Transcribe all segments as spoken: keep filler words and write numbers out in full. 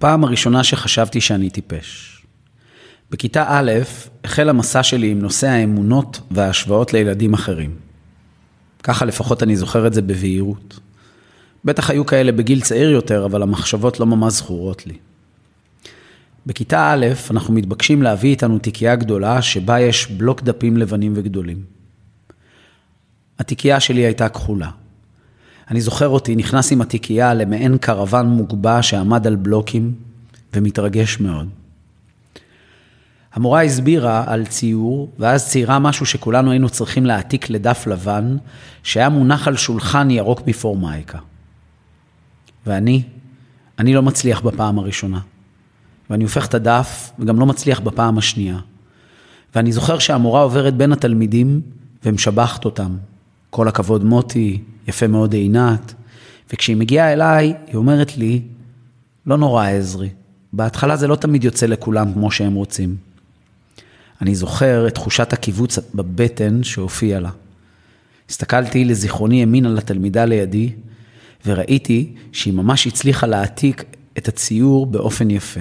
הפעם הראשונה שחשבתי שאני טיפש. בכיתה א' החל המסע שלי עם נושא האמונות וההשוואות לילדים אחרים. ככה לפחות אני זוכר את זה בבהירות. בטח היו כאלה בגיל צעיר יותר, אבל המחשבות לא ממש זכורות לי. בכיתה א' אנחנו מתבקשים להביא איתנו תיקייה גדולה שבה יש בלוק דפים לבנים וגדולים. התיקייה שלי הייתה כחולה. אני זוכר אותי נכנס עם התיקייה למעין קרוון מוגבע שעמד על בלוקים ומתרגש מאוד. המורה הסבירה על ציור, ואז ציירה משהו שכולנו היינו צריכים להעתיק לדף לבן, שהיה מונח על שולחן ירוק בפורמייקה. ואני, אני לא מצליח בפעם הראשונה. ואני הופך את הדף, וגם לא מצליח בפעם השנייה. ואני זוכר שהמורה עוברת בין התלמידים, ומשבחת אותם. כל הכבוד מוטי, יפה מאוד עינת. וכשהיא מגיעה אליי, היא אומרת לי, לא נורא עזרי. בהתחלה זה לא תמיד יוצא לכולם כמו שהם רוצים. אני זוכר את תחושת הקיבוץ בבטן שהופיע לה. הסתכלתי לזיכרוני ימין על התלמידה לידי, וראיתי שהיא ממש הצליחה להעתיק את הציור באופן יפה.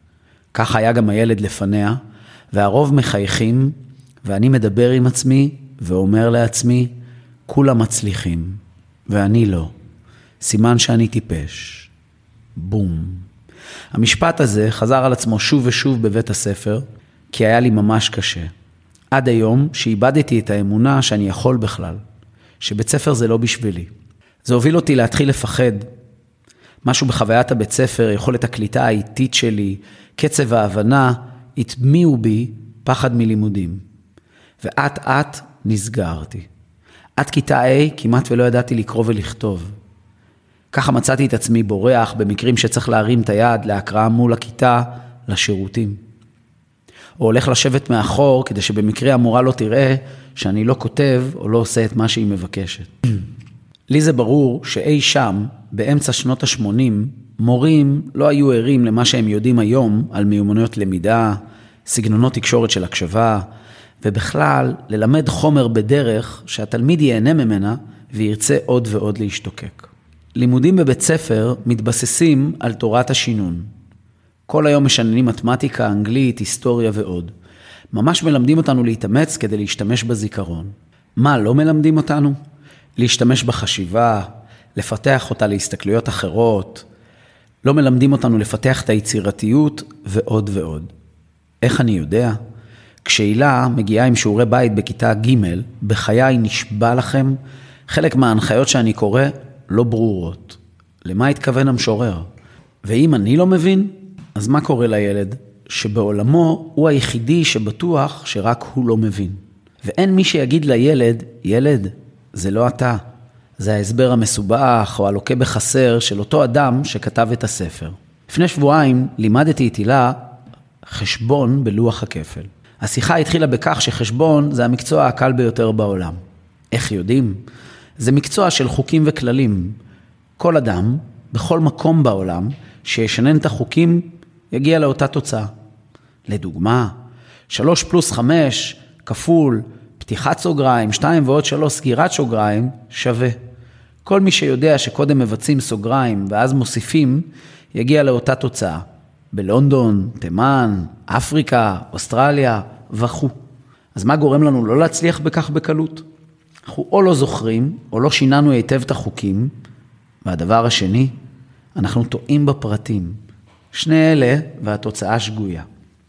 כך היה גם הילד לפניה, והרוב מחייכים, ואני מדבר עם עצמי, ואומר לעצמי, כולם מצליחים, ואני לא. סימן שאני טיפש. בום. המשפט הזה חזר על עצמו שוב ושוב בבית הספר, כי היה לי ממש קשה. עד היום שאיבדתי את האמונה שאני יכול בכלל, שבית ספר זה לא בשבילי. זה הוביל אותי להתחיל לפחד. משהו בחוויית הבית ספר, יכולת הקליטה האיטית שלי, קצב ההבנה, התמיעו בי פחד מלימודים. ואת את נסגרתי. עד כיתה A כמעט ולא ידעתי לקרוא ולכתוב. ככה מצאתי את עצמי בורח במקרים שצריך להרים את היד להקראה מול הכיתה לשירותים. או הולך לשבת מאחור כדי שבמקרה המורה לא תראה שאני לא כותב או לא עושה את מה שהיא מבקשת. לי זה ברור שאי שם, באמצע שנות ה-שמונים, מורים לא היו ערים למה שהם יודעים היום על מיומנויות למידה, סגנונות תקשורת של הקשבה, ובכלל ללמד חומר בדרך שהתלמיד ייהנה ממנה וירצה עוד ועוד להשתוקק. לימודים בבית ספר מתבססים על תורת השינון. כל היום משננים מתמטיקה, אנגלית, היסטוריה ועוד. ממש מלמדים אותנו להתאמץ כדי להשתמש בזיכרון. מה לא מלמדים אותנו? להשתמש בחשיבה, לפתח אותה להסתכלויות אחרות. לא מלמדים אותנו לפתח את היצירתיות ועוד ועוד. איך אני יודע? כשהילה מגיעה עם שיעורי בית בכיתה ג' בחיי נשבע לכם, חלק מההנחיות שאני קורא לא ברורות. למה התכוון המשורר? ואם אני לא מבין, אז מה קורה לילד? שבעולמו הוא היחידי שבטוח שרק הוא לא מבין. ואין מי שיגיד לילד, ילד, זה לא אתה. זה ההסבר המסובך או הלוקה בחסר של אותו אדם שכתב את הספר. לפני שבועיים לימדתי את הילה חשבון בלוח הכפל. השיחה התחילה בכך שחשבון זה המקצוע הקל ביותר בעולם. איך יודעים? זה מקצוע של חוקים וכללים. כל אדם, בכל מקום בעולם, שישנן את החוקים, יגיע לאותה תוצאה. לדוגמה, שלוש פלוס חמש, כפול, פתיחת סוגריים, שתיים ועוד שלוש, סגירת סוגריים, שווה. כל מי שיודע שקודם מבצעים סוגריים ואז מוסיפים, יגיע לאותה תוצאה. בלונדון, תימן, אפריקה, אוסטרליה וכו'. אז מה גורם לנו לא להצליח בכך בקלות? אנחנו או לא זוכרים, או לא שיננו היטב את החוקים, והדבר השני, אנחנו טועים בפרטים. שני אלה והתוצאה שגויה.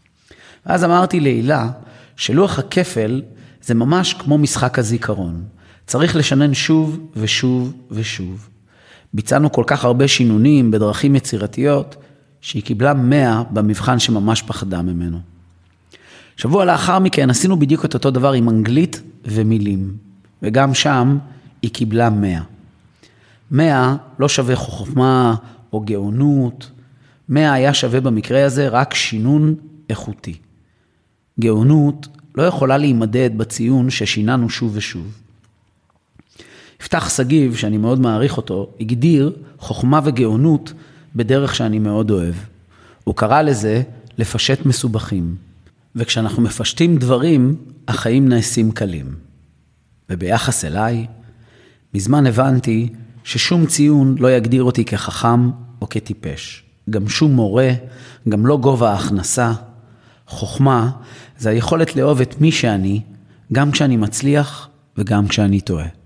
ואז אמרתי להילה, שלוח הכפל זה ממש כמו משחק הזיכרון. צריך לשנן שוב ושוב ושוב. ביצענו כל כך הרבה שינונים בדרכים יצירתיות, שהיא קיבלה מאה במבחן שממש פחדה ממנו. שבוע לאחר מכן עשינו בדיוק את אותו דבר עם אנגלית ומילים, וגם שם היא קיבלה מאה. מאה לא שווה חוכמה או גאונות, מאה היה שווה במקרה הזה רק שינון איכותי. גאונות לא יכולה להימדד בציון ששיננו שוב ושוב. יפתח סגיב, שאני מאוד מעריך אותו, הגדיר חוכמה וגאונות בדרך שאני מאוד אוהב. הוא קרא לזה לפשט מסובכים. וכשאנחנו מפשטים דברים, החיים נעשים קלים. וביחס אליי, מזמן הבנתי ששום ציון לא יגדיר אותי כחכם או כטיפש. גם שום מורה, גם לא גובה ההכנסה. חוכמה זה היכולת לאהוב את מי שאני, גם כשאני מצליח וגם כשאני טועה.